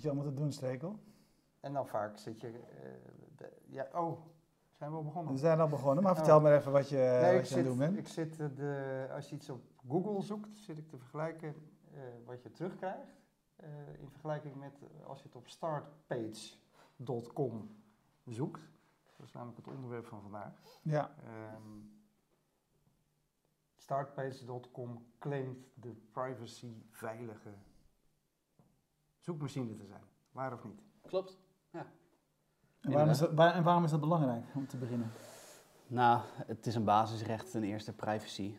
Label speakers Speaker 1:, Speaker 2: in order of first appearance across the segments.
Speaker 1: je allemaal te doen, Strekel?
Speaker 2: En dan vaak zit je... zijn we al begonnen?
Speaker 1: We zijn al begonnen, maar vertel maar even wat je, wat je aan het doen bent.
Speaker 2: Ik zit als je iets op Google zoekt, zit ik te vergelijken wat je terugkrijgt. In vergelijking met als je het op startpage.com zoekt. Dat is namelijk het onderwerp van vandaag.
Speaker 1: Ja.
Speaker 2: Startpage.com claimt de privacy-veilige zoekmachine te zijn. Waar of niet?
Speaker 3: Klopt, ja.
Speaker 1: En waarom is dat belangrijk om te beginnen?
Speaker 3: Nou, het is een basisrecht ten eerste, privacy.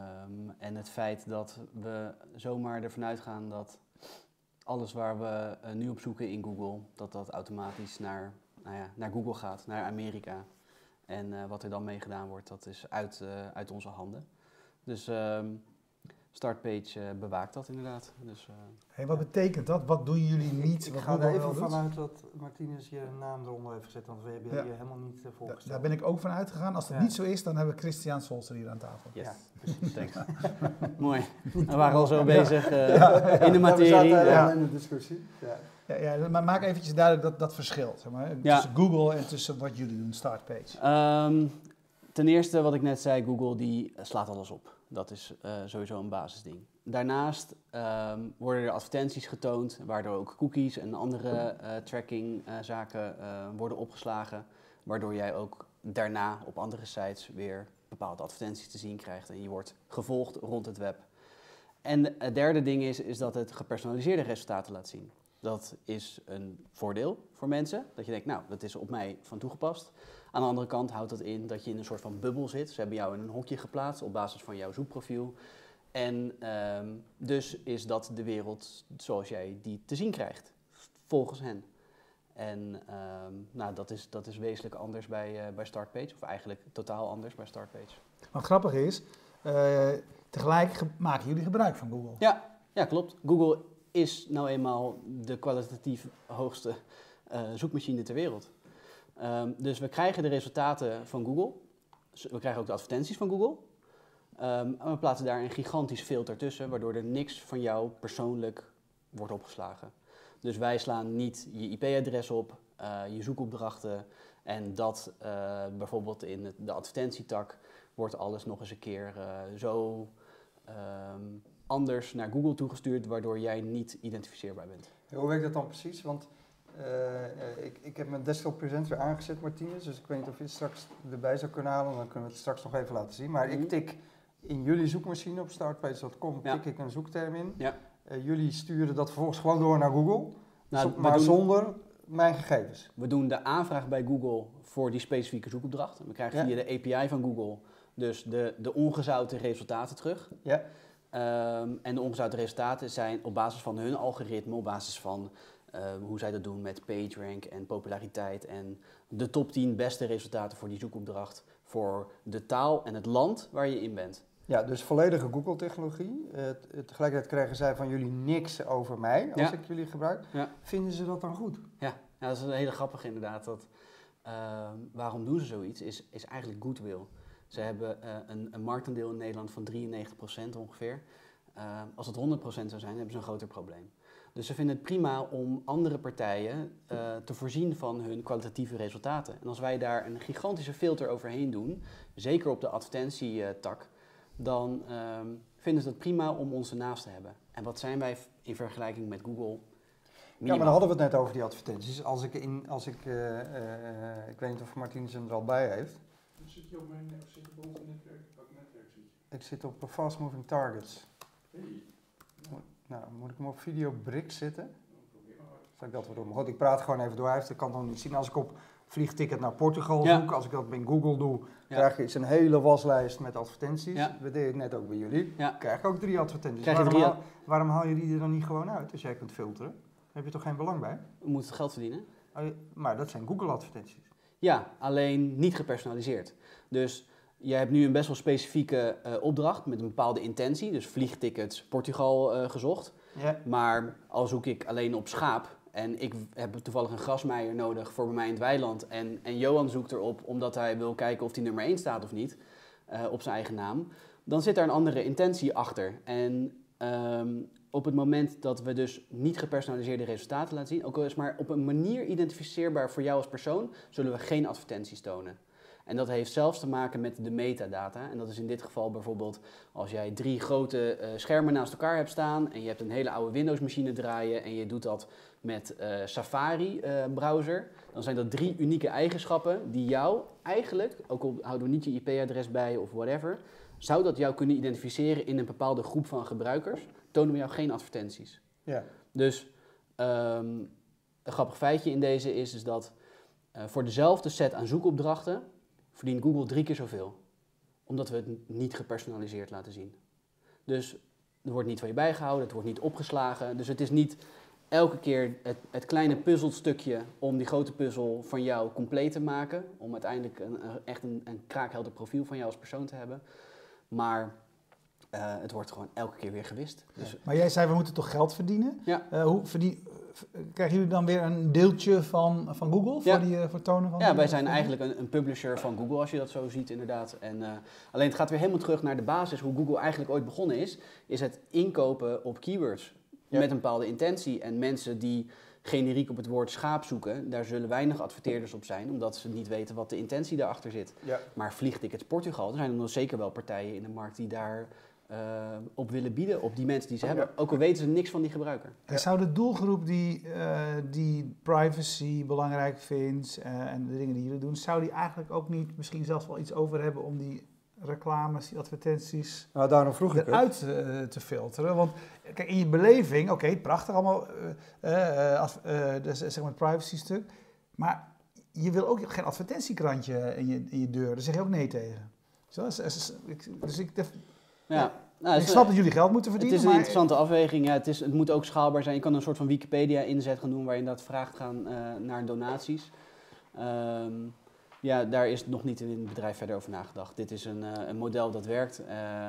Speaker 3: En het feit dat we zomaar ervan uitgaan dat alles waar we nu op zoeken in Google, dat automatisch naar Google gaat, naar Amerika. En wat er dan mee gedaan wordt, dat is uit onze handen. Dus Startpage bewaakt dat inderdaad. Dus,
Speaker 1: Wat betekent dat? Wat doen jullie niet?
Speaker 2: Ik ga er even vanuit dat Martinez je naam eronder heeft gezet, want we hebben je helemaal niet voorgesteld.
Speaker 1: Daar ben ik ook van uitgegaan. Als dat niet zo is, dan hebben we Christian Solster hier aan tafel.
Speaker 3: Yes. Ja, precies. Thanks. Mooi. We waren al zo bezig in de materie.
Speaker 2: We zaten in de discussie.
Speaker 1: Ja, maar maak eventjes duidelijk dat verschil, zeg maar, tussen Google en tussen wat jullie doen, Startpage.
Speaker 3: Ten eerste, wat ik net zei, Google die slaat alles op. Dat is sowieso een basisding. Daarnaast worden er advertenties getoond, waardoor ook cookies en andere trackingzaken worden opgeslagen. Waardoor jij ook daarna op andere sites weer bepaalde advertenties te zien krijgt en je wordt gevolgd rond het web. En het derde ding is dat het gepersonaliseerde resultaten laat zien. Dat is een voordeel voor mensen, dat je denkt, nou, dat is op mij van toegepast. Aan de andere kant houdt dat in dat je in een soort van bubbel zit. Ze hebben jou in een hokje geplaatst op basis van jouw zoekprofiel. En dus is dat de wereld zoals jij die te zien krijgt, volgens hen. En dat is wezenlijk anders bij Startpage, of eigenlijk totaal anders bij Startpage.
Speaker 1: Wat grappig is, tegelijk maken jullie gebruik van Google.
Speaker 3: Ja, klopt. Google is nou eenmaal de kwalitatief hoogste zoekmachine ter wereld. Dus we krijgen de resultaten van Google. We krijgen ook de advertenties van Google. En we plaatsen daar een gigantisch filter tussen, waardoor er niks van jou persoonlijk wordt opgeslagen. Dus wij slaan niet je IP-adres op, je zoekopdrachten en dat bijvoorbeeld in de advertentietak wordt alles nog eens een keer zo anders naar Google toegestuurd, waardoor jij niet identificeerbaar bent.
Speaker 2: Hoe werkt dat dan precies? Want ik heb mijn desktop presenter aangezet, Martinez, dus ik weet niet of je het straks erbij zou kunnen halen, dan kunnen we het straks nog even laten zien. Maar ik tik in jullie zoekmachine op startpage.com, tik ik een zoekterm in.
Speaker 3: Ja.
Speaker 2: Jullie sturen dat vervolgens gewoon door naar Google,
Speaker 3: Maar
Speaker 2: zonder mijn gegevens.
Speaker 3: We doen de aanvraag bij Google voor die specifieke zoekopdracht. We krijgen via de API van Google dus de ongezouten resultaten terug.
Speaker 2: Ja.
Speaker 3: En de ongezouten resultaten zijn op basis van hun algoritme, op basis van hoe zij dat doen met PageRank en populariteit en de top 10 beste resultaten voor die zoekopdracht voor de taal en het land waar je in bent.
Speaker 2: Ja, dus volledige Google-technologie. Tegelijkertijd krijgen zij van jullie niks over mij als ik jullie gebruik. Ja. Vinden ze dat dan goed?
Speaker 3: Ja, dat is een hele grappige inderdaad. Waarom doen ze zoiets? Is eigenlijk goodwill. Ze hebben een marktaandeel in Nederland van 93% ongeveer. Als het 100% zou zijn, hebben ze een groter probleem. Dus ze vinden het prima om andere partijen te voorzien van hun kwalitatieve resultaten. En als wij daar een gigantische filter overheen doen, zeker op de advertentietak, dan vinden ze het prima om ons ernaast te hebben. En wat zijn wij in vergelijking met Google? Minimaal.
Speaker 2: Ja, maar dan hadden we het net over die advertenties. Ik weet niet of Martinez hem er al bij heeft.
Speaker 4: Zit je op ons netwerk? Welk netwerk zit je?
Speaker 2: Ik zit op Fast Moving Targets.
Speaker 4: Hey.
Speaker 2: Nou, moet ik hem op video Brix zetten? Zal ik dat wel doen? Maar goed, ik praat gewoon even door. Ik kan het nog niet zien. Als ik op vliegticket naar Portugal zoek, als ik dat bij Google doe, krijg je een hele waslijst met advertenties.
Speaker 3: Ja.
Speaker 2: Dat deed ik net ook bij jullie.
Speaker 3: Ja.
Speaker 2: Krijg ik ook 3 advertenties. Waarom haal je die er dan niet gewoon uit als jij kunt filteren? Daar heb je toch geen belang bij?
Speaker 3: We moeten geld verdienen.
Speaker 2: Maar dat zijn Google advertenties.
Speaker 3: Ja, alleen niet gepersonaliseerd. Dus je hebt nu een best wel specifieke opdracht met een bepaalde intentie. Dus vliegtickets Portugal gezocht.
Speaker 2: Ja.
Speaker 3: Maar al zoek ik alleen op schaap en ik heb toevallig een grasmaaier nodig voor bij mij in het weiland. En Johan zoekt erop omdat hij wil kijken of hij nummer 1 staat of niet op zijn eigen naam. Dan zit daar een andere intentie achter. En op het moment dat we dus niet gepersonaliseerde resultaten laten zien, ook al is maar op een manier identificeerbaar voor jou als persoon, zullen we geen advertenties tonen. En dat heeft zelfs te maken met de metadata. En dat is in dit geval bijvoorbeeld als jij 3 grote schermen naast elkaar hebt staan en je hebt een hele oude Windows-machine draaien en je doet dat met Safari-browser, dan zijn dat 3 unieke eigenschappen die jou eigenlijk, ook al houden we niet je IP-adres bij of whatever, zou dat jou kunnen identificeren in een bepaalde groep van gebruikers, tonen we jou geen advertenties.
Speaker 2: Ja.
Speaker 3: Dus een grappig feitje in deze is dat voor dezelfde set aan zoekopdrachten verdient Google 3 keer zoveel. Omdat we het niet gepersonaliseerd laten zien. Dus er wordt niet van je bijgehouden, het wordt niet opgeslagen. Dus het is niet elke keer het kleine puzzelstukje om die grote puzzel van jou compleet te maken. Om uiteindelijk echt een kraakhelder profiel van jou als persoon te hebben. Maar het wordt gewoon elke keer weer gewist. Dus,
Speaker 1: maar jij zei, we moeten toch geld verdienen?
Speaker 3: Ja.
Speaker 1: Krijgen jullie dan weer een deeltje van Google voor die voor tonen van?
Speaker 3: Ja, wij zijn eigenlijk een publisher van Google, als je dat zo ziet inderdaad. En, alleen het gaat weer helemaal terug naar de basis, hoe Google eigenlijk ooit begonnen is het inkopen op keywords met een bepaalde intentie. En mensen die generiek op het woord schaap zoeken, daar zullen weinig adverteerders op zijn, omdat ze niet weten wat de intentie daarachter zit. Ja. Maar Vliegtickets Portugal, er zijn er nog zeker wel partijen in de markt die daar op willen bieden, op die mensen die ze hebben. Ook al weten ze niks van die gebruiker.
Speaker 1: En zou de doelgroep die privacy belangrijk vindt en de dingen die jullie doen, zou die eigenlijk ook niet misschien zelfs wel iets over hebben om die reclames, die advertenties
Speaker 2: daarom vroeg ik
Speaker 1: eruit te filteren? Want kijk, in je beleving, oké, prachtig allemaal, zeg maar het privacy stuk, maar je wil ook geen advertentiekrantje in je deur, daar zeg je ook nee tegen. Ik snap dat jullie geld moeten verdienen.
Speaker 3: Het is een interessante afweging. Ja, het moet ook schaalbaar zijn. Je kan een soort van Wikipedia-inzet gaan doen waar je inderdaad vraagt gaan naar donaties. Daar is nog niet in het bedrijf verder over nagedacht. Dit is een model dat werkt.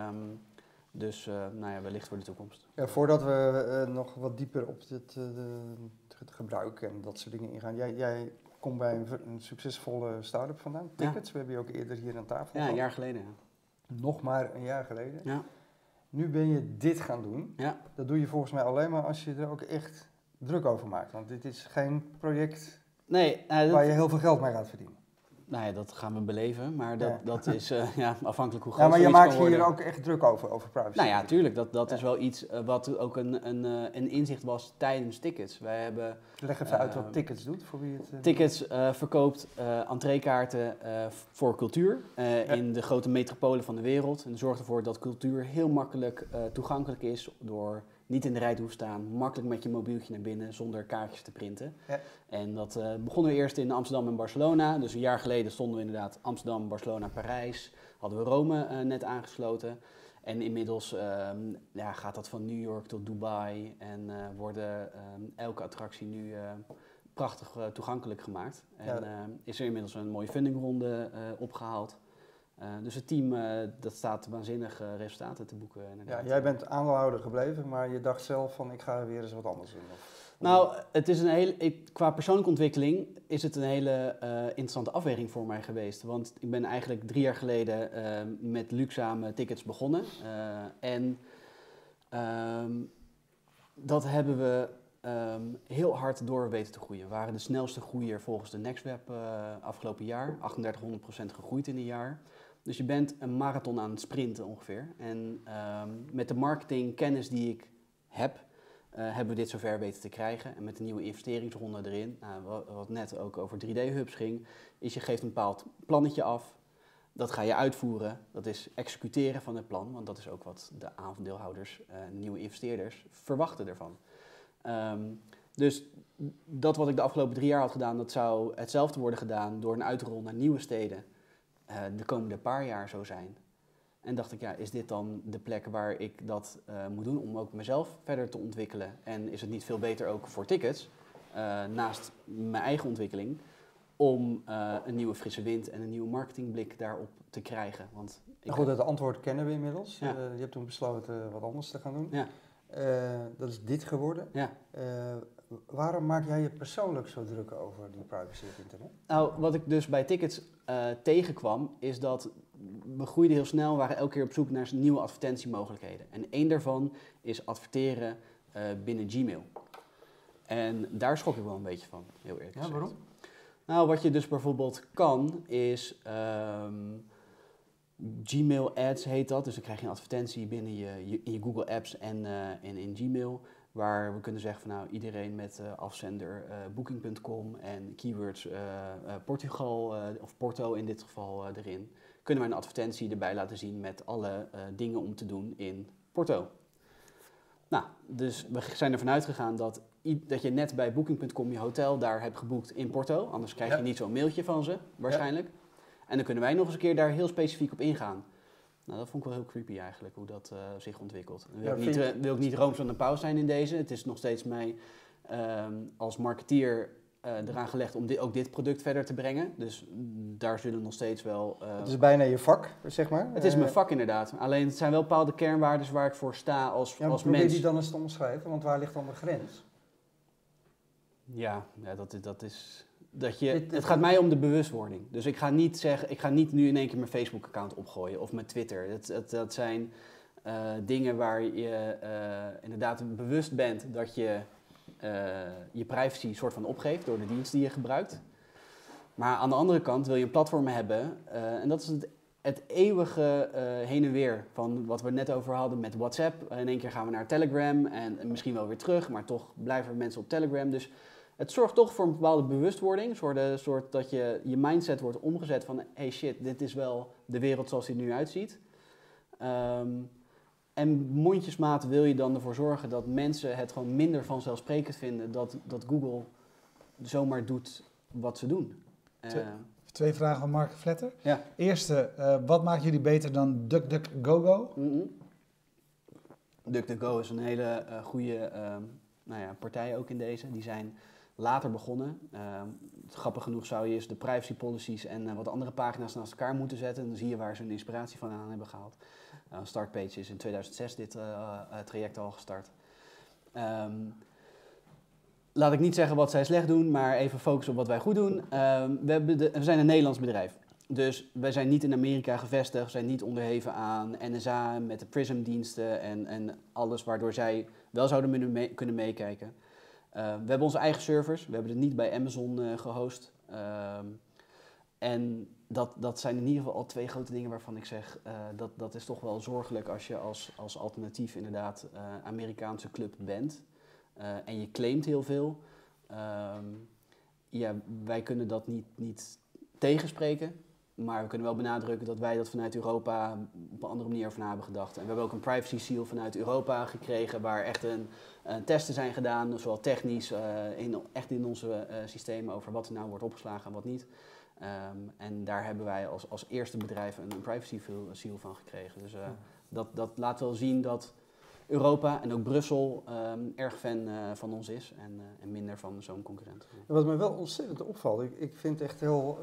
Speaker 3: Wellicht voor de toekomst.
Speaker 2: Ja, voordat we nog wat dieper op het gebruik en dat soort dingen ingaan. Jij komt bij een succesvolle start-up vandaan, Tickets. Ja. We hebben je ook eerder hier aan tafel gehad.
Speaker 3: Een jaar geleden. Ja.
Speaker 2: Nog maar een jaar geleden.
Speaker 3: Ja.
Speaker 2: Nu ben je dit gaan doen.
Speaker 3: Ja.
Speaker 2: Dat doe je volgens mij alleen maar als je er ook echt druk over maakt. Want dit is geen project waar je heel veel geld mee gaat verdienen.
Speaker 3: Nou ja, dat gaan we beleven, maar dat is afhankelijk hoe groot.
Speaker 2: Ja, maar je maakt hier ook echt druk over privacy.
Speaker 3: Nou ja, tuurlijk. Dat is wel iets wat ook een inzicht was tijdens Tickets. Wij hebben,
Speaker 2: leg even uit wat Tickets doet, voor wie het...
Speaker 3: Tickets verkoopt entreekaarten voor cultuur in de grote metropolen van de wereld. En zorgt ervoor dat cultuur heel makkelijk toegankelijk is door niet in de rij te hoeven staan, makkelijk met je mobieltje naar binnen zonder kaartjes te printen. Ja. En dat begonnen we eerst in Amsterdam en Barcelona. Dus een jaar geleden stonden we inderdaad Amsterdam, Barcelona, Parijs. Hadden we Rome net aangesloten. En inmiddels gaat dat van New York tot Dubai. En worden elke attractie nu prachtig toegankelijk gemaakt. En is er inmiddels een mooie fundingronde opgehaald. Dus het team dat staat waanzinnig resultaten te boeken. Inderdaad.
Speaker 2: Ja, jij bent aandeelhouder gebleven, maar je dacht zelf van ik ga weer eens wat anders doen.
Speaker 3: Nou, het is qua persoonlijke ontwikkeling is het een hele interessante afweging voor mij geweest. Want ik ben eigenlijk 3 jaar geleden met Luxame Tickets begonnen. Dat hebben we heel hard door weten te groeien. We waren de snelste groeier volgens de NextWeb afgelopen jaar. 3800% gegroeid in een jaar. Dus je bent een marathon aan het sprinten ongeveer. En met de marketingkennis die ik heb, hebben we dit zover weten te krijgen. En met de nieuwe investeringsronde erin, wat net ook over 3D-hubs ging, is je geeft een bepaald plannetje af. Dat ga je uitvoeren. Dat is executeren van het plan. Want dat is ook wat de aandeelhouders, nieuwe investeerders, verwachten ervan. Dus dat wat ik de afgelopen 3 jaar had gedaan, dat zou hetzelfde worden gedaan door een uitrol naar nieuwe steden. De komende paar jaar zo zijn. En dacht ik, is dit dan de plek waar ik dat moet doen om ook mezelf verder te ontwikkelen? En is het niet veel beter ook voor Tickets, naast mijn eigen ontwikkeling, om een nieuwe frisse wind en een nieuwe marketingblik daarop te krijgen? Want
Speaker 2: goed, het antwoord kennen we inmiddels. Ja. Je hebt toen besloten wat anders te gaan doen. Ja. Dat is dit geworden. Ja. Waarom maak jij je persoonlijk zo druk over die privacy op internet?
Speaker 3: Nou, wat ik dus bij Tickets tegenkwam, is dat we groeiden heel snel, waren elke keer op zoek naar nieuwe advertentiemogelijkheden. En één daarvan is adverteren binnen Gmail. En daar schrok ik wel een beetje van, heel eerlijk gezegd.
Speaker 2: waarom?
Speaker 3: Nou, wat je dus bijvoorbeeld kan, is Gmail Ads heet dat. Dus dan krijg je een advertentie binnen in je Google Apps en in Gmail. Waar we kunnen zeggen van nou, iedereen met afzender Booking.com en keywords Portugal of Porto in dit geval erin. Kunnen wij een advertentie erbij laten zien met alle dingen om te doen in Porto. Nou, dus we zijn ervan uitgegaan dat je net bij Booking.com je hotel daar hebt geboekt in Porto. Anders krijg je niet zo'n mailtje van ze, waarschijnlijk. Ja. En dan kunnen wij nog eens een keer daar heel specifiek op ingaan. Nou, dat vond ik wel heel creepy eigenlijk, hoe dat zich ontwikkelt. Wil ik niet rooms aan de paus zijn in deze. Het is nog steeds mij als marketeer eraan gelegd om ook dit product verder te brengen. Dus daar zullen nog steeds wel...
Speaker 2: het is bijna je vak, zeg maar.
Speaker 3: Het is mijn vak inderdaad. Alleen het zijn wel bepaalde kernwaarden waar ik voor sta als mens.
Speaker 2: Probeer die dan eens te omschrijven, want waar ligt dan de grens?
Speaker 3: Ja, dat is... Het gaat mij om de bewustwording. Dus ik ga niet nu in één keer mijn Facebook-account opgooien of mijn Twitter. Dat zijn dingen waar je inderdaad bewust bent dat je je privacy soort van opgeeft door de dienst die je gebruikt. Maar aan de andere kant wil je een platform hebben en dat is het eeuwige heen en weer van wat we het net over hadden met WhatsApp. In één keer gaan we naar Telegram en misschien wel weer terug, maar toch blijven mensen op Telegram. Dus het zorgt toch voor een bepaalde bewustwording, soort dat je mindset wordt omgezet van hey shit, dit is wel de wereld zoals die er nu uitziet. En mondjesmaat wil je dan ervoor zorgen dat mensen het gewoon minder vanzelfsprekend vinden dat Google zomaar doet wat ze doen.
Speaker 1: Twee vragen van Mark Vletter.
Speaker 3: Ja.
Speaker 1: Eerste, wat maakt jullie beter dan DuckDuckGo?
Speaker 3: DuckDuckGo is een hele goede partij ook in deze. Die zijn later begonnen. Grappig genoeg zou je eens de privacy policies en wat andere pagina's naast elkaar moeten zetten. En dan zie je waar ze hun inspiratie van aan hebben gehaald. Startpage is in 2006 dit traject al gestart. Laat ik niet zeggen wat zij slecht doen, maar even focussen op wat wij goed doen. We zijn een Nederlands bedrijf. Dus wij zijn niet in Amerika gevestigd, zijn niet onderheven aan NSA met de PRISM-diensten en alles waardoor zij wel zouden kunnen meekijken. We hebben onze eigen servers, we hebben het niet bij Amazon gehost. En dat zijn in ieder geval al twee grote dingen waarvan ik zeg, dat is toch wel zorgelijk als je als alternatief inderdaad Amerikaanse club bent. En je claimt heel veel. Wij kunnen dat niet tegenspreken. Maar we kunnen wel benadrukken dat wij dat vanuit Europa op een andere manier over na hebben gedacht. En we hebben ook een privacy seal vanuit Europa gekregen waar echt een testen zijn gedaan, zowel technisch, echt in onze systemen over wat er nou wordt opgeslagen en wat niet. En daar hebben wij als eerste bedrijf een privacy seal van gekregen. Dus dat laat wel zien dat Europa en ook Brussel erg fan van ons is en minder van zo'n concurrent.
Speaker 2: Wat mij wel ontzettend opvalt, ik vind het echt heel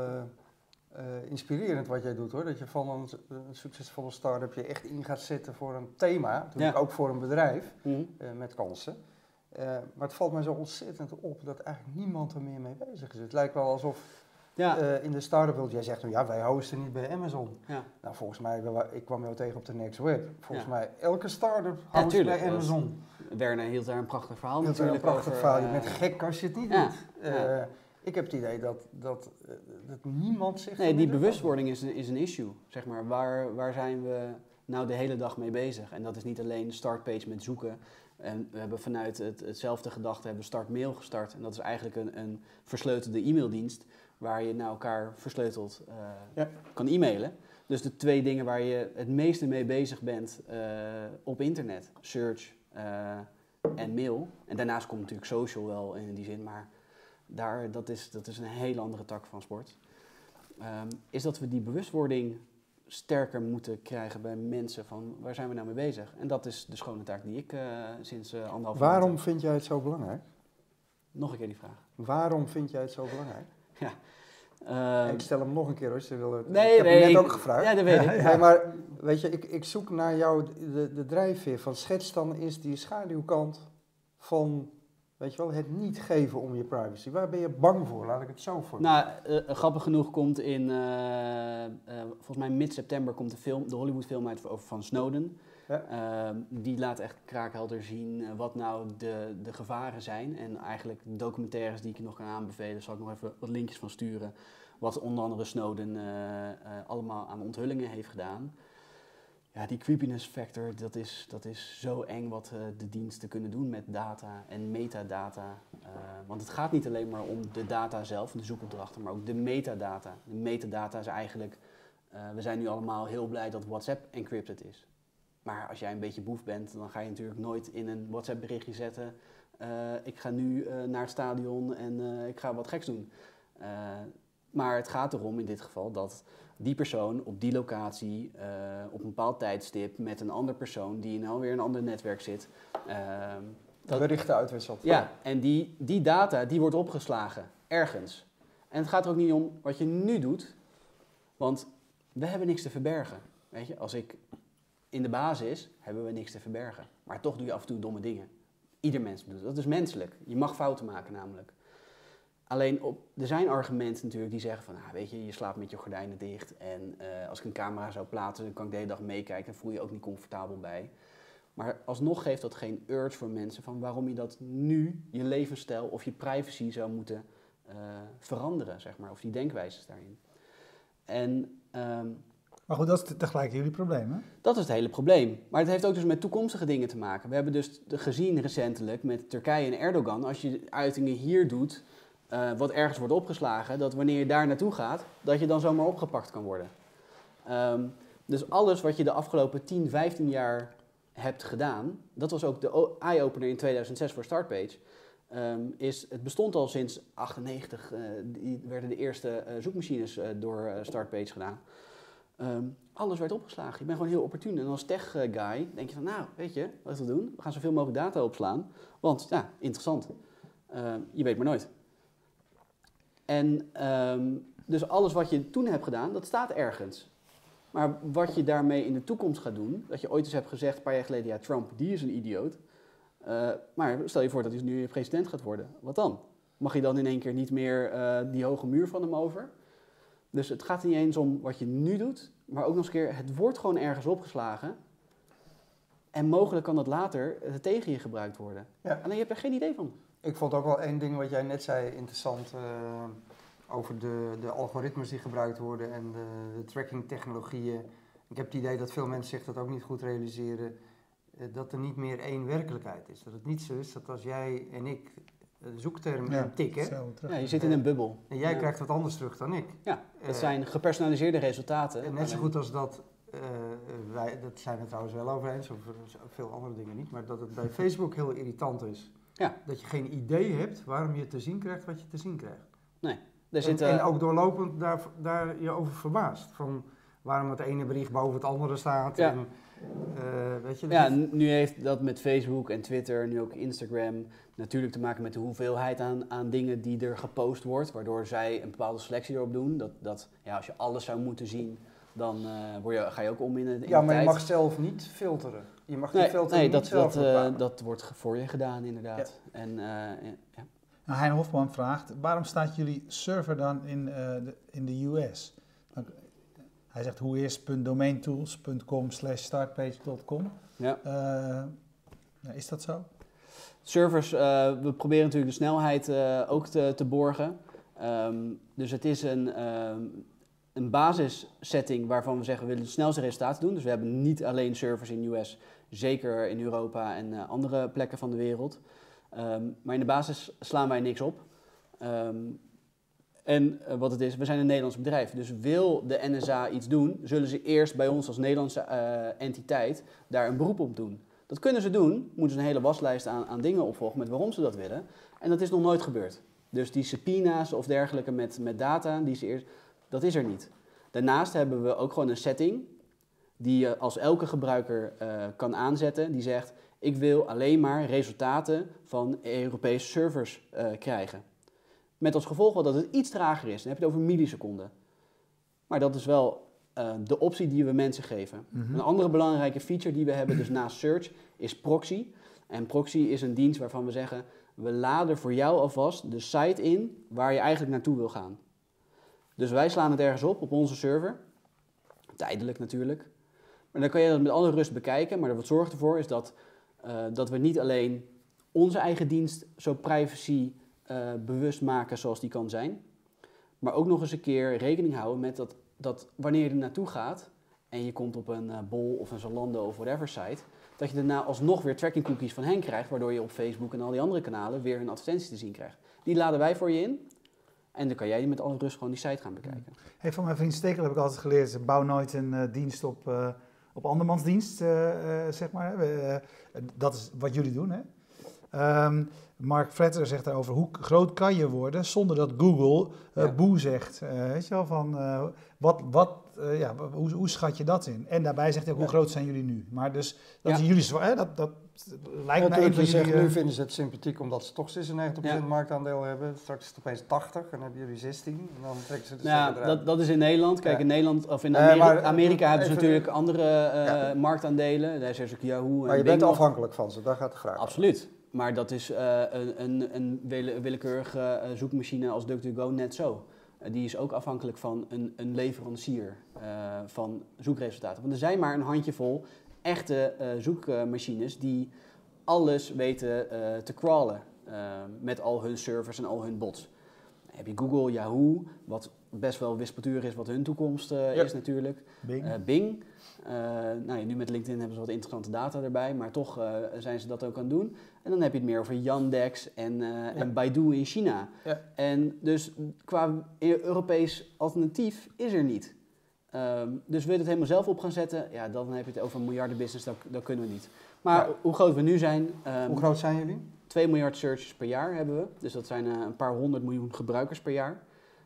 Speaker 2: inspirerend wat jij doet hoor. Dat je van een succesvolle start-up je echt in gaat zetten voor een thema, natuurlijk ook voor een bedrijf met kansen. Maar het valt mij zo ontzettend op dat eigenlijk niemand er meer mee bezig is. Het lijkt wel alsof in de start-up wereld, jij zegt wij hosten niet bij Amazon. Ja. Nou volgens mij, ik kwam jou tegen op de Next Web. Volgens mij elke start-up host bij Amazon.
Speaker 3: Werner hield daar een prachtig verhaal
Speaker 2: Je bent gek als je het niet doet. Ik heb het idee dat niemand zich...
Speaker 3: Nee, die bewustwording is een issue, zeg maar. Waar zijn we nou de hele dag mee bezig? En dat is niet alleen de startpage met zoeken. En we hebben vanuit hetzelfde gedachte hebben startmail gestart. En dat is eigenlijk een versleutelde e-maildienst waar je naar elkaar versleuteld kan e-mailen. Dus de twee dingen waar je het meeste mee bezig bent op internet. Search en mail. En daarnaast komt natuurlijk social wel in die zin, maar dat is een hele andere tak van sport. Is dat we die bewustwording sterker moeten krijgen bij mensen van waar zijn we nou mee bezig? En dat is de schone taak die ik sinds 1,5 jaar...
Speaker 2: Waarom vind jij het zo belangrijk?
Speaker 3: Nog een keer die vraag.
Speaker 2: Waarom vind jij het zo belangrijk?
Speaker 3: Ja.
Speaker 2: Ik stel hem nog een keer hoor, ze willen...
Speaker 3: Nee,
Speaker 2: ik heb hem net ook gevraagd.
Speaker 3: Ja, dat weet ik.
Speaker 2: Nee, maar weet je, ik zoek naar jou de drijfveer van schets dan is die schaduwkant van... Weet je wel, het niet geven om je privacy. Waar ben je bang voor? Laat ik het zo voor.
Speaker 3: Nou, grappig genoeg komt in, volgens mij mid-september komt de Hollywood film uit van Snowden.
Speaker 2: Ja.
Speaker 3: Die laat echt kraakhelder zien wat nou de gevaren zijn. En eigenlijk de documentaires die ik je nog kan aanbevelen, zal ik nog even wat linkjes van sturen. Wat onder andere Snowden allemaal aan onthullingen heeft gedaan. Ja, die creepiness factor, dat is zo eng wat de diensten kunnen doen met data en metadata. Want het gaat niet alleen maar om de data zelf, de zoekopdrachten, maar ook de metadata. De metadata is eigenlijk, we zijn nu allemaal heel blij dat WhatsApp encrypted is. Maar als jij een beetje boef bent, dan ga je natuurlijk nooit in een WhatsApp berichtje zetten. Ik ga nu naar het stadion en ik ga wat geks doen. Maar het gaat erom in dit geval dat die persoon op die locatie op een bepaald tijdstip met een andere persoon die in alweer een ander netwerk zit.
Speaker 2: Berichten uitwisselt.
Speaker 3: Ja, en die data die wordt opgeslagen ergens. En het gaat er ook niet om wat je nu doet, want we hebben niks te verbergen. Weet je, als ik in de basis hebben we niks te verbergen. Maar toch doe je af en toe domme dingen. Ieder mens doet dat. Dat is menselijk. Je mag fouten maken namelijk. Alleen er zijn argumenten natuurlijk die zeggen van, weet je slaapt met je gordijnen dicht en als ik een camera zou plaatsen, dan kan ik de hele dag meekijken en voel je ook niet comfortabel bij. Maar alsnog geeft dat geen urge voor mensen van waarom je dat nu, je levensstijl of je privacy zou moeten veranderen, zeg maar, of die denkwijzes daarin. En,
Speaker 1: maar goed, dat is tegelijk jullie probleem, hè?
Speaker 3: dat is het hele probleem. Maar het heeft ook dus met toekomstige dingen te maken. We hebben dus gezien recentelijk met Turkije en Erdogan, als je uitingen hier doet, wat ergens wordt opgeslagen, dat wanneer je daar naartoe gaat, dat je dan zomaar opgepakt kan worden. Dus alles wat je de afgelopen 10, 15 jaar hebt gedaan, dat was ook de eye-opener in 2006 voor Startpage, het bestond al sinds 1998, werden de eerste zoekmachines door Startpage gedaan. Alles werd opgeslagen. Je bent gewoon heel opportun. En als tech-guy denk je van, weet je, wat we doen? We gaan zoveel mogelijk data opslaan, want ja, interessant. Je weet maar nooit. En dus alles wat je toen hebt gedaan, dat staat ergens. Maar wat je daarmee in de toekomst gaat doen, dat je ooit eens hebt gezegd, een paar jaar geleden, ja, Trump, die is een idioot. Maar stel je voor dat hij nu president gaat worden. Wat dan? Mag je dan in één keer niet meer die hoge muur van hem over? Dus het gaat niet eens om wat je nu doet, maar ook nog eens een keer, het wordt gewoon ergens opgeslagen. En mogelijk kan dat later tegen je gebruikt worden.
Speaker 2: Ja.
Speaker 3: Alleen je hebt er geen idee van.
Speaker 2: Ik vond ook wel één ding wat jij net zei interessant over de algoritmes die gebruikt worden en de tracking technologieën. Ik heb het idee dat veel mensen zich dat ook niet goed realiseren, dat er niet meer één werkelijkheid is. Dat het niet zo is dat als jij en ik een zoekterm intikken,
Speaker 3: ja, je zit in een bubbel.
Speaker 2: En jij krijgt wat anders terug dan ik.
Speaker 3: Ja, dat zijn gepersonaliseerde resultaten.
Speaker 2: En net zo goed als dat, dat zijn we het trouwens wel over eens, of veel andere dingen niet, maar dat het bij Facebook heel irritant is.
Speaker 3: Ja.
Speaker 2: Dat je geen idee hebt waarom je te zien krijgt wat je te zien krijgt.
Speaker 3: Nee.
Speaker 2: En ook doorlopend daar je over verbaast. Van waarom het ene bericht boven het andere staat.
Speaker 3: Ja.
Speaker 2: En, weet je,
Speaker 3: ja, nu heeft dat met Facebook en Twitter, nu ook Instagram, natuurlijk te maken met de hoeveelheid aan dingen die er gepost wordt. Waardoor zij een bepaalde selectie erop doen. Dat als je alles zou moeten zien, dan ga je ook om in de tijd.
Speaker 2: Ja, maar je mag zelf niet filteren. Je mag die filteren niet zelf bepalen.
Speaker 3: Dat wordt voor je gedaan, inderdaad. Ja. En, ja.
Speaker 1: Nou, Hein Hofman vraagt, waarom staat jullie server dan in de US? Hij zegt whois.domaintools.com/startpage.com.
Speaker 3: Ja.
Speaker 1: Is dat zo?
Speaker 3: Servers, we proberen natuurlijk de snelheid ook te borgen. Dus het is een basissetting waarvan we zeggen we willen de snelste resultaten doen. Dus we hebben niet alleen servers in de US, zeker in Europa en andere plekken van de wereld. Maar in de basis slaan wij niks op. En wat het is, we zijn een Nederlands bedrijf. Dus wil de NSA iets doen, zullen ze eerst bij ons als Nederlandse entiteit daar een beroep op doen. Dat kunnen ze doen, moeten ze een hele waslijst aan dingen opvolgen met waarom ze dat willen. En dat is nog nooit gebeurd. Dus die subpoena's of dergelijke met data, dat is er niet. Daarnaast hebben we ook gewoon een setting die je als elke gebruiker kan aanzetten. Die zegt, ik wil alleen maar resultaten van Europese servers krijgen. Met als gevolg wel dat het iets trager is. Dan heb je het over milliseconden. Maar dat is wel de optie die we mensen geven. Mm-hmm. Een andere belangrijke feature die we hebben, dus naast search, is proxy. En proxy is een dienst waarvan we zeggen, we laden voor jou alvast de site in waar je eigenlijk naartoe wil gaan. Dus wij slaan het ergens op onze server. Tijdelijk natuurlijk. Maar dan kan je dat met alle rust bekijken. Maar wat zorgt ervoor is dat we niet alleen onze eigen dienst zo privacy bewust maken zoals die kan zijn. Maar ook nog eens een keer rekening houden met dat wanneer je er naartoe gaat en je komt op een Bol of een Zalando of whatever site, dat je daarna alsnog weer tracking cookies van hen krijgt, waardoor je op Facebook en al die andere kanalen weer hun advertenties te zien krijgt. Die laden wij voor je in en dan kan jij met alle rust gewoon die site gaan bekijken.
Speaker 1: Hey, van mijn vriend Stekel heb ik altijd geleerd, bouw nooit een dienst op andermans dienst, zeg maar. Dat is wat jullie doen, hè? Mark Fretter zegt daarover, hoe groot kan je worden zonder dat Google boe zegt? Weet je wel, van hoe schat je dat in? En daarbij zegt hij ook, hoe groot zijn jullie nu? Maar dus, dat is jullie zwaar, dat lijkt mij een van jullie...
Speaker 2: Nu vinden ze het sympathiek omdat ze toch 96% marktaandeel hebben. Straks is het opeens 80 en dan hebben jullie 16 en dan trekken ze de stekker eruit.
Speaker 3: Dat is in Nederland. Kijk, in Nederland of in Amerika hebben ze natuurlijk andere marktaandelen. Daar is ook Yahoo.
Speaker 2: Maar je bent afhankelijk van ze, daar gaat de vraag.
Speaker 3: Absoluut. Maar dat is een willekeurige zoekmachine als DuckDuckGo net zo. Die is ook afhankelijk van een leverancier van zoekresultaten. Want er zijn maar een handjevol echte zoekmachines die alles weten te crawlen met al hun servers en al hun bots. Dan heb je Google, Yahoo, wat best wel wispelturig is wat hun toekomst is natuurlijk. Bing. Nu met LinkedIn hebben ze wat interessante data erbij, maar toch zijn ze dat ook aan het doen. En dan heb je het meer over Yandex en Baidu in China. Ja. En dus qua Europees alternatief is er niet. Dus wil je het helemaal zelf op gaan zetten, ja, dan heb je het over een miljardenbusiness, dat kunnen we niet. Maar hoe groot we nu zijn...
Speaker 2: hoe groot zijn jullie?
Speaker 3: 2 miljard searches per jaar hebben we. Dus dat zijn een paar 100 miljoen gebruikers per jaar.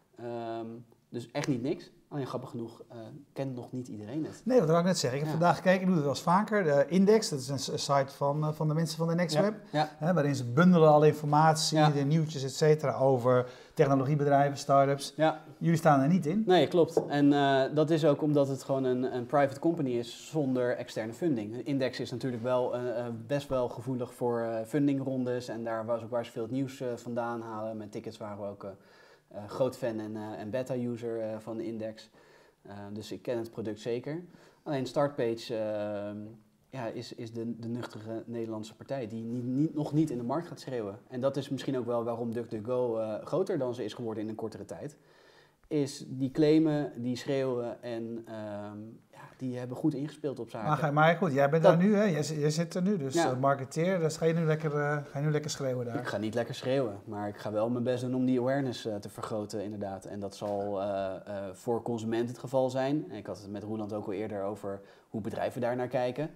Speaker 3: Dus echt niet niks. Alleen grappig genoeg kent nog niet iedereen het.
Speaker 1: Nee, dat wou ik net zeggen. Ik heb vandaag gekeken, ik doe het wel eens vaker. De Index, dat is een site van de mensen van de NextWeb.
Speaker 3: Ja.
Speaker 1: Waarin ze bundelen alle informatie, de nieuwtjes, et cetera, over technologiebedrijven, start-ups. Ja. Jullie staan er niet in.
Speaker 3: Nee, klopt. En dat is ook omdat het gewoon een private company is zonder externe funding. De Index is natuurlijk wel best wel gevoelig voor fundingrondes. En daar was ook waar ze veel het nieuws vandaan halen. Met tickets waren we ook... groot fan en beta-user van de Index. Dus ik ken het product zeker. Alleen Startpage is de nuchtere Nederlandse partij die nog niet in de markt gaat schreeuwen. En dat is misschien ook wel waarom DuckDuckGo groter dan ze is geworden in een kortere tijd. Is die claimen, die schreeuwen en die hebben goed ingespeeld op zaken.
Speaker 1: Maar goed, jij bent daar nu, hè? Jij zit er nu, dus marketeer, dus ga je nu lekker schreeuwen daar?
Speaker 3: Ik ga niet lekker schreeuwen, maar ik ga wel mijn best doen om die awareness te vergroten inderdaad. En dat zal voor consumenten het geval zijn. En ik had het met Roeland ook al eerder over hoe bedrijven daar naar kijken.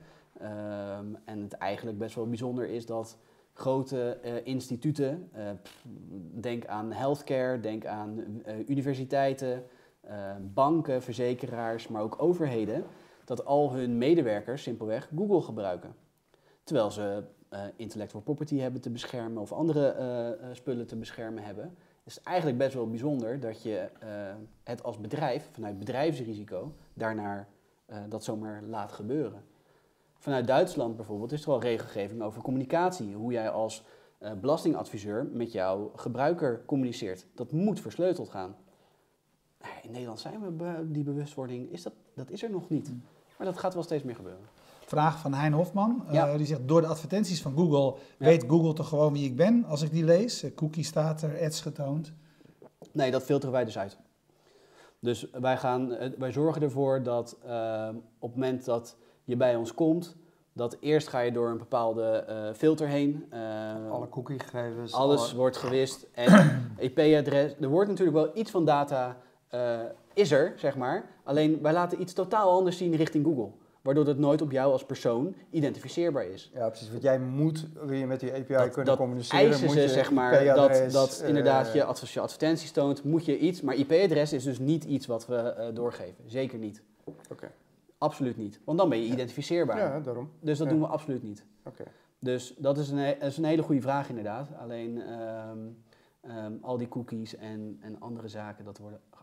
Speaker 3: En het eigenlijk best wel bijzonder is dat grote instituten, denk aan healthcare, denk aan universiteiten, banken, verzekeraars, maar ook overheden, dat al hun medewerkers simpelweg Google gebruiken. Terwijl ze intellectual property hebben te beschermen of andere spullen te beschermen hebben. Het is eigenlijk best wel bijzonder dat je het als bedrijf, vanuit bedrijfsrisico, daarnaar dat zomaar laat gebeuren. Vanuit Duitsland bijvoorbeeld is er al regelgeving over communicatie. Hoe jij als belastingadviseur met jouw gebruiker communiceert. Dat moet versleuteld gaan. In Nederland zijn we die bewustwording, dat is er nog niet. Maar dat gaat wel steeds meer gebeuren.
Speaker 1: Vraag van Hein Hofman. Die zegt, door de advertenties van Google weet Google toch gewoon wie ik ben als ik die lees? Cookie staat er, ads getoond.
Speaker 3: Nee, dat filteren wij dus uit. Dus wij zorgen ervoor dat op het moment dat je bij ons komt, dat eerst ga je door een bepaalde filter heen.
Speaker 2: Alle cookiegegevens.
Speaker 3: Alles wordt gewist. En IP-adres. Er wordt natuurlijk wel iets van data, is er, zeg maar. Alleen wij laten iets totaal anders zien richting Google. Waardoor het nooit op jou als persoon identificeerbaar is.
Speaker 2: Ja, precies. Want wil je met die API kunnen communiceren.
Speaker 3: Eisen
Speaker 2: moet
Speaker 3: ze,
Speaker 2: je
Speaker 3: zeg maar, dat inderdaad je als je advertenties toont, moet je iets. Maar IP-adres is dus niet iets wat we doorgeven. Zeker niet.
Speaker 2: Oké.
Speaker 3: Absoluut niet. Want dan ben je identificeerbaar.
Speaker 2: Ja, daarom.
Speaker 3: Dus dat doen we absoluut niet.
Speaker 2: Oké.
Speaker 3: Dus dat is een hele goede vraag inderdaad. Alleen al die cookies en andere zaken, dat worden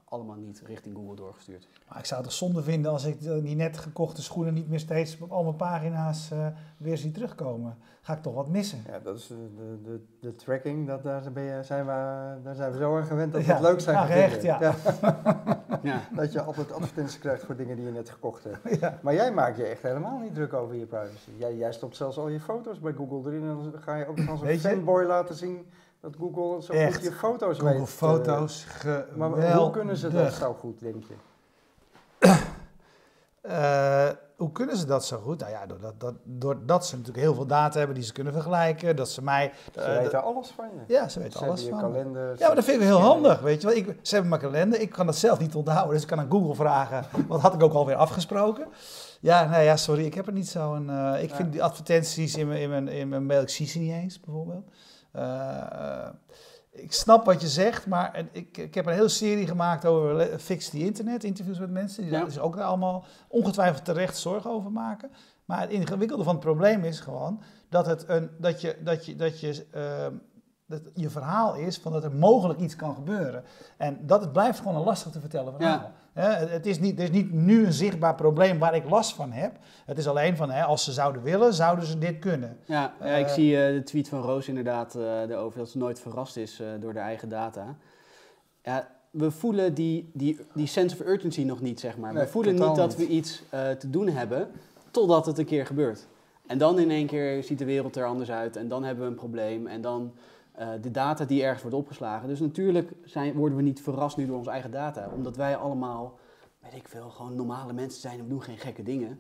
Speaker 3: allemaal niet richting Google doorgestuurd.
Speaker 1: Maar ik zou het toch zonde vinden als ik die net gekochte schoenen niet meer steeds op al mijn pagina's weer zie terugkomen. Ga ik toch wat missen.
Speaker 2: Ja, dat is de tracking, daar zijn we zo aan gewend dat we het leuk zijn
Speaker 1: echt,
Speaker 2: gevonden.
Speaker 3: Ja.
Speaker 2: Dat je altijd advertenties krijgt voor dingen die je net gekocht hebt.
Speaker 1: Ja.
Speaker 2: Maar jij maakt je echt helemaal niet druk over je privacy. Jij stopt zelfs al je foto's bij Google erin en dan ga je ook nog als een fanboy laten zien dat Google zo
Speaker 1: Echt.
Speaker 2: goed je foto's
Speaker 1: Google
Speaker 2: weet.
Speaker 1: Foto's, geweldig.
Speaker 2: Maar hoe kunnen ze dat zo goed, denk je?
Speaker 1: Hoe kunnen ze dat zo goed? Nou ja, doordat ze natuurlijk heel veel data hebben die ze kunnen vergelijken. Dat ze mij...
Speaker 2: Ze weten alles van je.
Speaker 1: Ja, ze weten
Speaker 2: Ze
Speaker 1: alles
Speaker 2: hebben
Speaker 1: van
Speaker 2: je
Speaker 1: me.
Speaker 2: kalender.
Speaker 1: Ja, maar dat vind ik wel heel handig, weet je wel. Ze hebben mijn kalender, ik kan dat zelf niet onthouden, dus ik kan aan Google vragen. Wat had ik ook alweer afgesproken? Ja, nou ja, sorry, ik heb er niet zo'n... ik vind die advertenties in mijn mail, ik zie ze niet eens, bijvoorbeeld. Ik snap wat je zegt, maar ik heb een hele serie gemaakt over Fix the Internet, interviews met mensen, die daar dus ook allemaal ongetwijfeld terecht zorgen over maken. Maar het ingewikkelde van het probleem is gewoon dat je verhaal is van dat er mogelijk iets kan gebeuren. En dat blijft gewoon een lastig te vertellen verhaal. Ja. Er is niet nu een zichtbaar probleem waar ik last van heb. Het is alleen van, als ze zouden willen, zouden ze dit kunnen.
Speaker 3: Ja, ik zie de tweet van Roos inderdaad erover dat ze nooit verrast is door de eigen data. Ja, we voelen die sense of urgency nog niet, zeg maar.
Speaker 2: Nee,
Speaker 3: we voelen niet dat we iets te doen hebben, totdat het een keer gebeurt. En dan in één keer ziet de wereld er anders uit en dan hebben we een probleem en dan... de data die ergens wordt opgeslagen. Dus natuurlijk worden we niet verrast nu door onze eigen data. Omdat wij allemaal, weet ik veel, gewoon normale mensen zijn en we doen geen gekke dingen.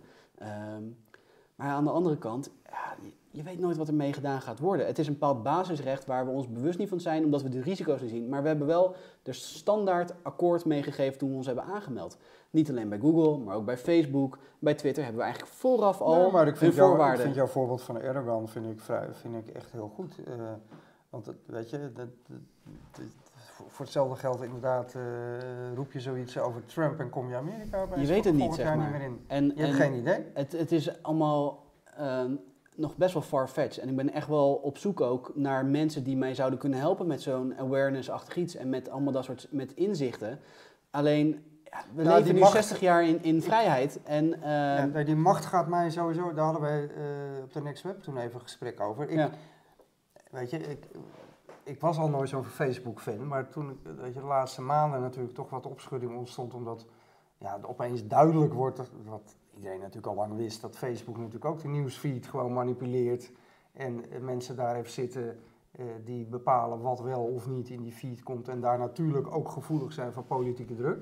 Speaker 3: Maar aan de andere kant, je weet nooit wat er mee gedaan gaat worden. Het is een bepaald basisrecht waar we ons bewust niet van zijn, omdat we de risico's niet zien. Maar we hebben wel de standaard akkoord meegegeven toen we ons hebben aangemeld. Niet alleen bij Google, maar ook bij Facebook, bij Twitter hebben we eigenlijk vooraf al
Speaker 2: nee, maar ik vind
Speaker 3: voorwaarden.
Speaker 2: Ik vind jouw voorbeeld van Erdogan vind ik echt heel goed. Want weet je, voor hetzelfde geld inderdaad roep je zoiets over Trump en kom je Amerika bij.
Speaker 3: Je weet het niet, zeg maar.
Speaker 2: Niet meer in. Je hebt geen idee.
Speaker 3: Het is allemaal nog best wel far-fetched. En ik ben echt wel op zoek ook naar mensen die mij zouden kunnen helpen met zo'n awareness-achtig iets. En met allemaal dat soort met inzichten. Alleen, we leven nu 60 jaar in vrijheid. En,
Speaker 2: die macht gaat mij sowieso, daar hadden wij op de Next Web toen even een gesprek over. Weet je, ik was al nooit zo'n Facebook-fan, maar toen de laatste maanden natuurlijk toch wat opschudding ontstond, omdat opeens duidelijk wordt, wat iedereen natuurlijk al lang wist, dat Facebook natuurlijk ook de nieuwsfeed gewoon manipuleert en mensen daar even zitten die bepalen wat wel of niet in die feed komt en daar natuurlijk ook gevoelig zijn voor politieke druk.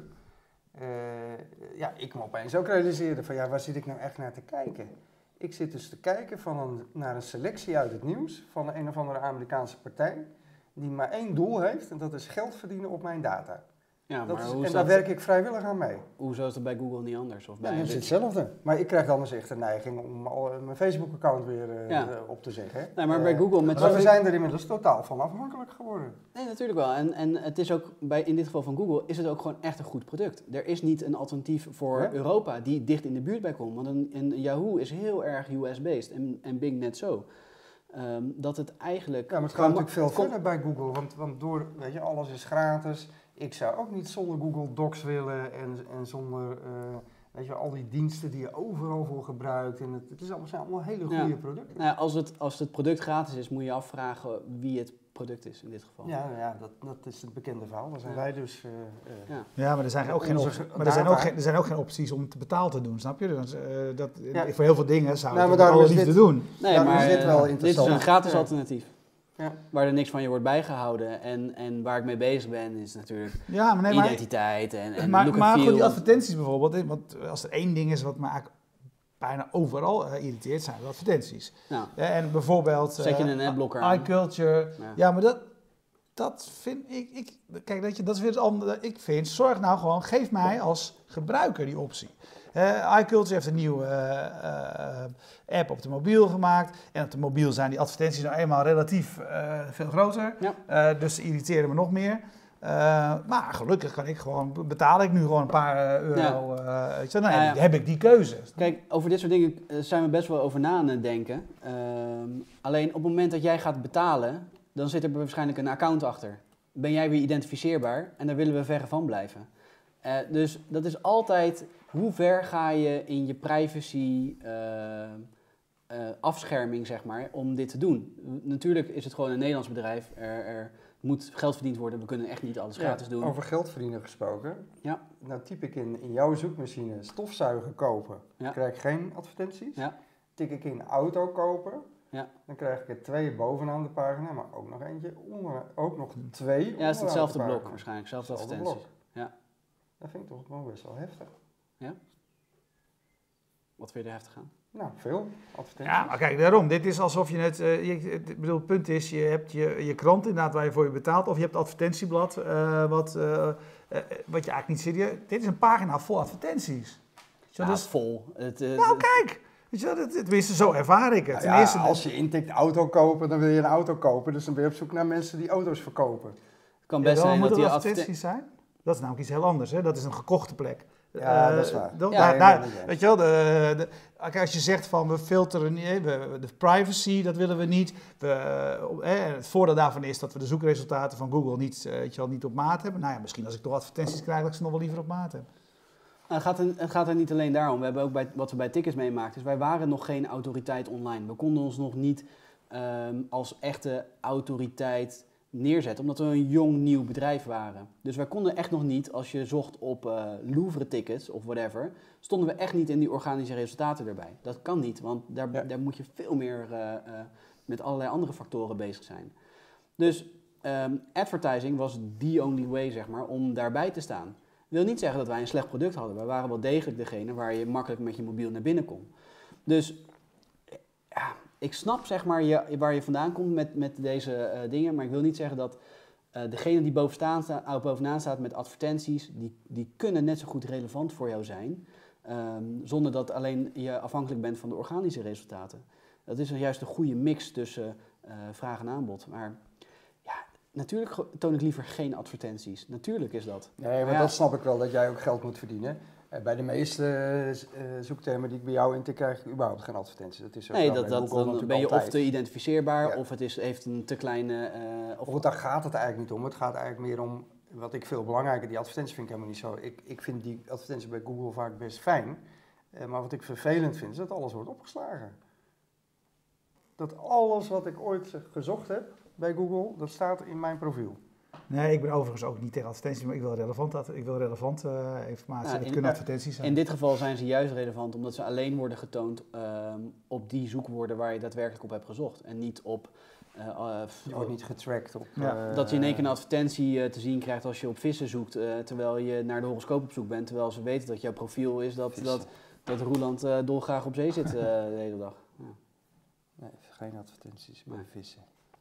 Speaker 2: Ik me opeens ook realiseerde van waar zit ik nou echt naar te kijken? Ik zit dus te kijken naar een selectie uit het nieuws van een of andere Amerikaanse partij die maar één doel heeft en dat is geld verdienen op mijn data.
Speaker 3: Ja,
Speaker 2: daar werk ik vrijwillig aan mee.
Speaker 3: Hoezo is dat bij Google niet anders? Of
Speaker 2: dat is hetzelfde. Maar ik krijg dan eens echt de neiging om mijn Facebook-account weer op te zeggen. Hè?
Speaker 3: Nee, maar bij Google...
Speaker 2: Maar we zijn er inmiddels totaal van afhankelijk geworden.
Speaker 3: Nee, natuurlijk wel. En het is ook, in dit geval van Google, is het ook gewoon echt een goed product. Er is niet een alternatief voor Europa die dicht in de buurt bij komt. Want een Yahoo is heel erg US-based en Bing net zo. Dat het eigenlijk...
Speaker 2: Ja, maar het gaat natuurlijk veel verder bij Google. Want door, weet je, alles is gratis. Ik zou ook niet zonder Google Docs willen en zonder al die diensten die je overal voor gebruikt. En zijn allemaal hele goede producten.
Speaker 3: Nou ja, als het product gratis is, moet je afvragen wie het product is in dit geval.
Speaker 2: Ja, dat is het bekende verhaal. Daar zijn wij dus...
Speaker 1: maar er zijn ook geen opties om het betaald te doen, snap je? Dus, voor heel veel dingen zou het allemaal niet te doen.
Speaker 3: Nee, maar
Speaker 2: dit wel interessant.
Speaker 3: Dit is een gratis alternatief. Ja. Waar er niks van je wordt bijgehouden. En waar ik mee bezig ben is natuurlijk identiteit en
Speaker 1: maar,
Speaker 3: look and
Speaker 1: maar
Speaker 3: feel.
Speaker 1: goed, die advertenties bijvoorbeeld. Want als er één ding is wat me eigenlijk bijna overal irriteert, zijn de advertenties.
Speaker 3: Ja.
Speaker 1: En bijvoorbeeld...
Speaker 3: Zet je een adblocker aan.
Speaker 1: iCulture. Ja, maar dat vind ik... Kijk, dat is weer het andere. Ik vind, zorg nou gewoon, geef mij als gebruiker die optie. iCulture heeft een nieuwe app op de mobiel gemaakt. En op de mobiel zijn die advertenties nou eenmaal relatief veel groter. Ja. Dus ze irriteren me nog meer. Maar gelukkig betaal ik nu gewoon een paar euro. Heb ik die keuze.
Speaker 3: Kijk, over dit soort dingen zijn we best wel over na aan het denken. Alleen op het moment dat jij gaat betalen, dan zit er waarschijnlijk een account achter. Ben jij weer identificeerbaar en daar willen we verre van blijven. Dus dat is altijd, hoe ver ga je in je privacy afscherming, zeg maar, om dit te doen? Natuurlijk is het gewoon een Nederlands bedrijf, er moet geld verdiend worden, we kunnen echt niet alles gratis doen.
Speaker 2: Over geld verdienen gesproken.
Speaker 3: Ja.
Speaker 2: Nou typ ik in jouw zoekmachine stofzuigen kopen,
Speaker 3: Ja.
Speaker 2: krijg ik geen advertenties.
Speaker 3: Ja.
Speaker 2: Tik ik in auto kopen,
Speaker 3: Ja.
Speaker 2: dan krijg ik er 2 bovenaan de pagina, maar ook nog eentje onder, ook nog 2
Speaker 3: Ja, het is hetzelfde
Speaker 2: onderaan de
Speaker 3: blok
Speaker 2: pagina.
Speaker 3: waarschijnlijk, zelfde
Speaker 2: Hetzelfde
Speaker 3: advertenties.
Speaker 2: blok.
Speaker 3: Ja.
Speaker 2: Dat vind ik toch wel best wel heftig.
Speaker 3: Wat vind je er heftig aan?
Speaker 2: Nou, veel advertenties.
Speaker 1: Ja, maar kijk, daarom. Dit is alsof je het... ik bedoel, het punt is, je hebt je krant inderdaad waar je voor je betaalt, of je hebt het advertentieblad, wat je eigenlijk niet serieus... Dit is een pagina vol advertenties. Zo,
Speaker 3: Ja,
Speaker 1: dus,
Speaker 3: vol.
Speaker 1: nou, kijk! Weet je, wel, tenminste, zo ervaar ik het.
Speaker 2: Nou
Speaker 1: Ten
Speaker 2: ja,
Speaker 1: eerste,
Speaker 2: als je intikt auto kopen, dan wil je een auto kopen. Dus dan ben je op zoek naar mensen die auto's verkopen.
Speaker 3: Het kan best
Speaker 1: jawel,
Speaker 3: zijn dat
Speaker 1: moeten
Speaker 3: die
Speaker 1: het advertenties zijn? Dat is namelijk iets heel anders. Hè? Dat is een gekochte plek.
Speaker 2: Ja, dat is waar.
Speaker 1: Weet je wel, kijk, als je zegt van we filteren niet, de privacy, dat willen we niet. Het voordeel daarvan is dat we de zoekresultaten van Google niet op maat hebben. Nou ja, misschien als ik toch advertenties krijg, dat ik ze nog wel liever op maat heb.
Speaker 3: Het gaat er niet alleen daarom. We hebben ook wat we bij Tickets meemaakten. Dus wij waren nog geen autoriteit online. We konden ons nog niet als echte autoriteit neerzetten, omdat we een jong, nieuw bedrijf waren. Dus wij konden echt nog niet, als je zocht op Louvre tickets of whatever, stonden we echt niet in die organische resultaten erbij. Dat kan niet, want daar moet je veel meer met allerlei andere factoren bezig zijn. Dus advertising was the only way, zeg maar, om daarbij te staan. Dat wil niet zeggen dat wij een slecht product hadden. Wij waren wel degelijk degene waar je makkelijk met je mobiel naar binnen kon. Dus ja, ik snap zeg maar waar je vandaan komt met deze dingen, maar ik wil niet zeggen dat degene die bovenaan staat met advertenties, die kunnen net zo goed relevant voor jou zijn, zonder dat alleen je afhankelijk bent van de organische resultaten. Dat is juist een goede mix tussen vraag en aanbod. Maar ja, natuurlijk toon ik liever geen advertenties. Natuurlijk is dat.
Speaker 2: Nee, maar dat snap ik wel, dat jij ook geld moet verdienen. Bij de meeste zoektermen die ik bij jou intik, krijg ik überhaupt geen advertenties. Dat is
Speaker 3: Nee,
Speaker 2: bij Google
Speaker 3: dan
Speaker 2: natuurlijk
Speaker 3: ben je
Speaker 2: altijd.
Speaker 3: of te identificeerbaar,
Speaker 2: Ja.
Speaker 3: of het heeft een te kleine...
Speaker 2: Of daar gaat het eigenlijk niet om. Het gaat eigenlijk meer om, wat ik veel belangrijker, die advertenties vind ik helemaal niet zo. Ik vind die advertenties bij Google vaak best fijn. Maar wat ik vervelend vind, is dat alles wordt opgeslagen. Dat alles wat ik ooit gezocht heb bij Google, dat staat in mijn profiel.
Speaker 1: Nee, ik ben overigens ook niet tegen advertenties, maar ik wil relevant informatie.
Speaker 3: Nou,
Speaker 1: het kunnen advertenties zijn.
Speaker 3: In dit geval zijn ze juist relevant omdat ze alleen worden getoond op die zoekwoorden waar je daadwerkelijk op hebt gezocht. En niet op...
Speaker 2: Je wordt niet getracked op...
Speaker 3: dat je in één keer een advertentie te zien krijgt als je op vissen zoekt, terwijl je naar de horoscoop op zoek bent. Terwijl ze weten dat jouw profiel is dat Roeland dolgraag op zee zit de hele dag. Ja.
Speaker 2: Nee, geen advertenties bij vissen.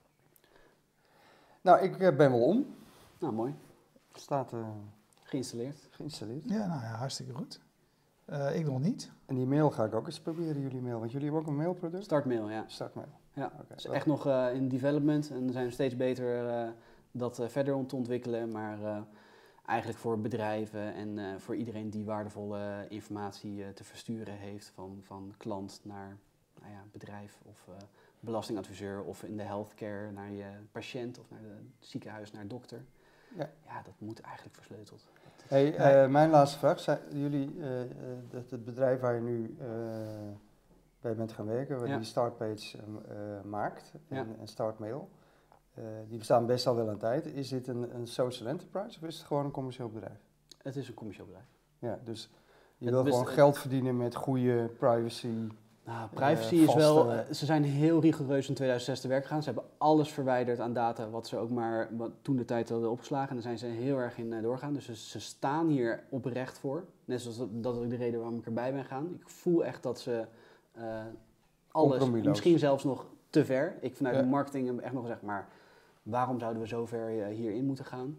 Speaker 2: Nou, ik ben wel om.
Speaker 3: Nou, mooi.
Speaker 2: Het staat
Speaker 3: Geïnstalleerd.
Speaker 2: geïnstalleerd.
Speaker 1: Ja, nou ja, hartstikke goed. Ik nog niet.
Speaker 2: En die mail ga ik ook eens proberen, jullie mail. Want jullie hebben ook een mailproduct?
Speaker 3: Startmail, ja.
Speaker 2: Startmail.
Speaker 3: Ja,
Speaker 2: Oké,
Speaker 3: het is echt nog in development en we zijn steeds beter dat verder om te ontwikkelen. Maar eigenlijk voor bedrijven en voor iedereen die waardevolle informatie te versturen heeft van klant naar bedrijf of belastingadviseur of in de healthcare naar je patiënt of naar het ziekenhuis, naar dokter. Ja, dat moet eigenlijk versleuteld.
Speaker 2: Mijn laatste vraag. Zijn jullie, het bedrijf waar je nu bij bent gaan werken, waar die startpage maakt en startmail, die bestaan best al wel een tijd. Is dit een social enterprise of is het gewoon een commercieel bedrijf?
Speaker 3: Het is een commercieel bedrijf.
Speaker 2: Ja, dus je wil gewoon geld verdienen met goede privacy.
Speaker 3: Nou, privacy is wel... ze zijn heel rigoureus in 2006 te werk gegaan. Ze hebben alles verwijderd aan data wat ze ook maar toen de tijd hadden opgeslagen. En daar zijn ze heel erg in doorgaan. Dus ze staan hier oprecht voor. Net zoals dat is ook de reden waarom ik erbij ben gaan. Ik voel echt dat ze alles, misschien zelfs nog te ver. Ik vanuit de marketing heb echt nog gezegd, maar waarom zouden we zo ver hierin moeten gaan?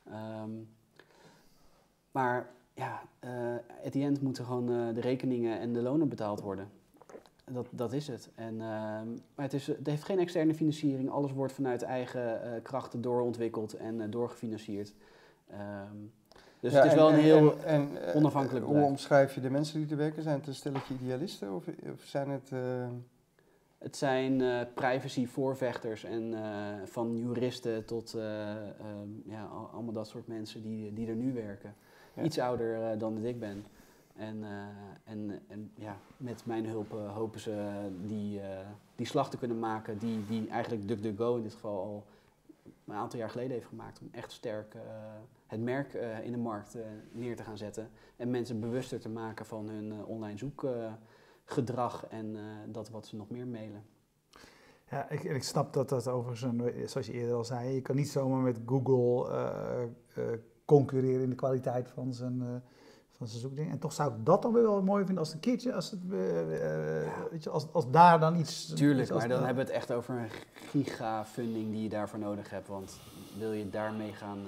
Speaker 3: Maar ja, at the end moeten gewoon de rekeningen en de lonen betaald worden. Dat is het. Maar het heeft geen externe financiering. Alles wordt vanuit eigen krachten doorontwikkeld en doorgefinancierd. Dus het is wel een heel onafhankelijk bedrijf.
Speaker 2: Hoe omschrijf je de mensen die er werken? Zijn het een stelletje idealisten of zijn het...
Speaker 3: Het zijn privacy-voorvechters en van juristen tot allemaal dat soort mensen die er nu werken.
Speaker 2: Ja.
Speaker 3: Iets ouder dan dat ik ben. En ja, met mijn hulp hopen ze die slag te kunnen maken die eigenlijk DuckDuckGo in dit geval al een aantal jaar geleden heeft gemaakt. Om echt sterk het merk in de markt neer te gaan zetten. En mensen bewuster te maken van hun online zoekgedrag en dat wat ze nog meer mailen.
Speaker 1: Ja, ik snap dat overigens, zoals je eerder al zei, je kan niet zomaar met Google concurreren in de kwaliteit van zijn zoekding. En toch zou ik dat dan weer wel mooi vinden als een keertje, weet je, als daar dan iets...
Speaker 3: Tuurlijk, maar dan hebben we het echt over een giga-funding die je daarvoor nodig hebt. Want wil je daarmee gaan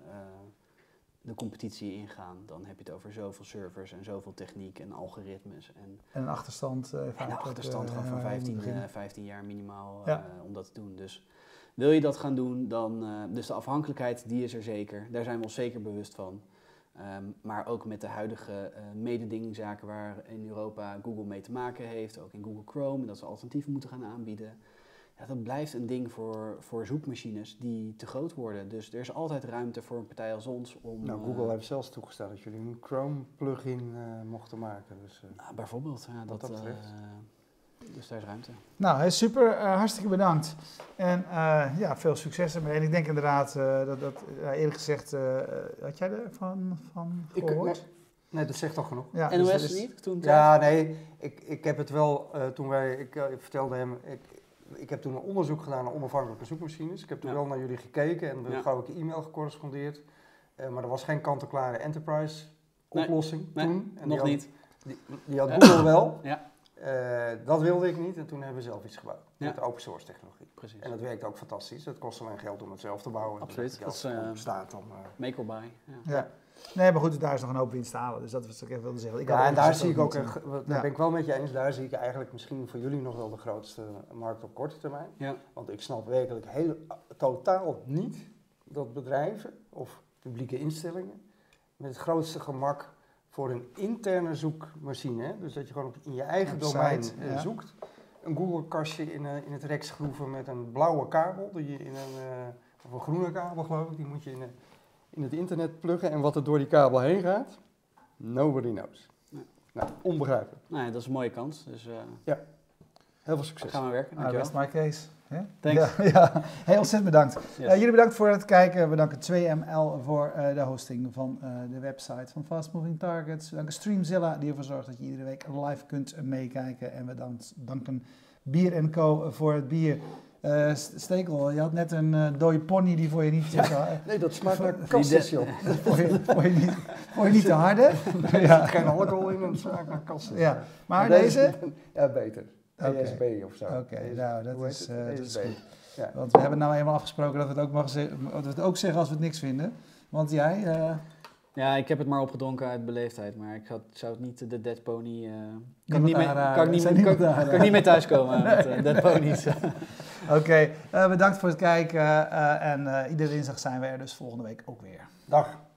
Speaker 3: de competitie ingaan, dan heb je het over zoveel servers en zoveel techniek en algoritmes. En
Speaker 1: een achterstand.
Speaker 3: En een achterstand gewoon van 15 jaar minimaal
Speaker 1: Ja.
Speaker 3: om dat te doen. Dus wil je dat gaan doen, dan... dus de afhankelijkheid, die is er zeker. Daar zijn we ons zeker bewust van. Maar ook met de huidige mededingingszaken waar in Europa Google mee te maken heeft. Ook in Google Chrome, dat ze alternatieven moeten gaan aanbieden. Ja, dat blijft een ding voor zoekmachines die te groot worden. Dus er is altijd ruimte voor een partij als ons om...
Speaker 2: Nou, Google heeft zelfs toegestaan dat jullie een Chrome plugin mochten maken. Dus,
Speaker 3: nou, bijvoorbeeld, ja,
Speaker 2: wat dat betreft.
Speaker 3: Dus daar is ruimte.
Speaker 1: Nou, super. Hartstikke bedankt. En ja, veel succes ermee. En ik denk inderdaad eerlijk gezegd, had jij ervan gehoord?
Speaker 2: Nee, dat zegt al genoeg.
Speaker 1: Ja,
Speaker 3: NOS
Speaker 1: dus
Speaker 3: niet? Toen
Speaker 2: Ja, nee, ik heb het wel, ik vertelde hem, ik heb toen een onderzoek gedaan naar onafhankelijke zoekmachines. Ik heb toen wel naar jullie gekeken en gauw ik e-mail gecorrespondeerd. Maar er was geen kant-en-klare enterprise oplossing toen. En
Speaker 3: nog niet.
Speaker 2: Die had Google wel.
Speaker 3: Ja.
Speaker 2: Dat wilde ik niet en toen hebben we zelf iets gebouwd.
Speaker 3: Ja.
Speaker 2: Met open source technologie.
Speaker 3: Precies.
Speaker 2: En dat werkt ook fantastisch. Het kost alleen geld om het zelf te bouwen.
Speaker 3: Absoluut.
Speaker 2: Dat staat dan.
Speaker 3: Make or buy. Ja.
Speaker 1: Ja. Nee, maar goed, daar is nog een hoop winst te halen. Dus dat was wat ik even wilde zeggen.
Speaker 2: Ja, en daar zie ik ook,
Speaker 1: niet,
Speaker 2: daar ben ik wel met je eens, daar zie ik eigenlijk misschien voor jullie nog wel de grootste markt op korte termijn.
Speaker 3: Ja.
Speaker 2: Want ik snap werkelijk totaal niet dat bedrijven of publieke instellingen met het grootste gemak voor een interne zoekmachine, hè, dus dat je gewoon in je eigen
Speaker 1: Op
Speaker 2: domein
Speaker 1: site, ja.
Speaker 2: zoekt, een Google-kastje in het rek schroeven met een blauwe kabel, die je of een groene kabel geloof ik, die moet je in het internet pluggen en wat er door die kabel heen gaat, nobody knows.
Speaker 3: Nee.
Speaker 2: Nou, onbegrijpelijk.
Speaker 3: Nee, dat is een mooie kans. Dus
Speaker 2: Heel veel succes.
Speaker 3: gaan we werken.
Speaker 1: Nou,
Speaker 3: Dankjewel.
Speaker 1: rest my case. Hè?
Speaker 3: Thanks.
Speaker 1: Ja, heel ontzettend bedankt.
Speaker 3: Yes.
Speaker 1: Jullie bedankt voor het kijken. We danken 2ML voor de hosting van de website van Fast Moving Targets. We danken Streamzilla die ervoor zorgt dat je iedere week live kunt meekijken. En we danken Bier & Co voor het bier. Stekel, je had net een dode pony die voor je niet...
Speaker 2: Nee, dat smaakt naar kassis, joh.
Speaker 1: voor je niet te harde.
Speaker 2: Er zit geen alcohol in en het smaakt naar kassis.
Speaker 1: Ja. Maar deze?
Speaker 2: Ja, beter.
Speaker 1: Oké.
Speaker 2: ESB of zo.
Speaker 1: Oké, nou, dat is
Speaker 2: ESB.
Speaker 1: goed.
Speaker 2: Ja.
Speaker 1: Want we hebben nou eenmaal afgesproken dat we het ook mogen zeggen, dat we het ook zeggen als we het niks vinden. Want jij...
Speaker 3: Ja, ik heb het maar opgedronken uit beleefdheid, maar ik zou het niet de Dead Pony...
Speaker 1: Kan
Speaker 3: ik niet mee thuiskomen met Dead Ponies.
Speaker 1: Oké, bedankt voor het kijken en iedere dinsdag zijn we er dus volgende week ook weer.
Speaker 2: Dag.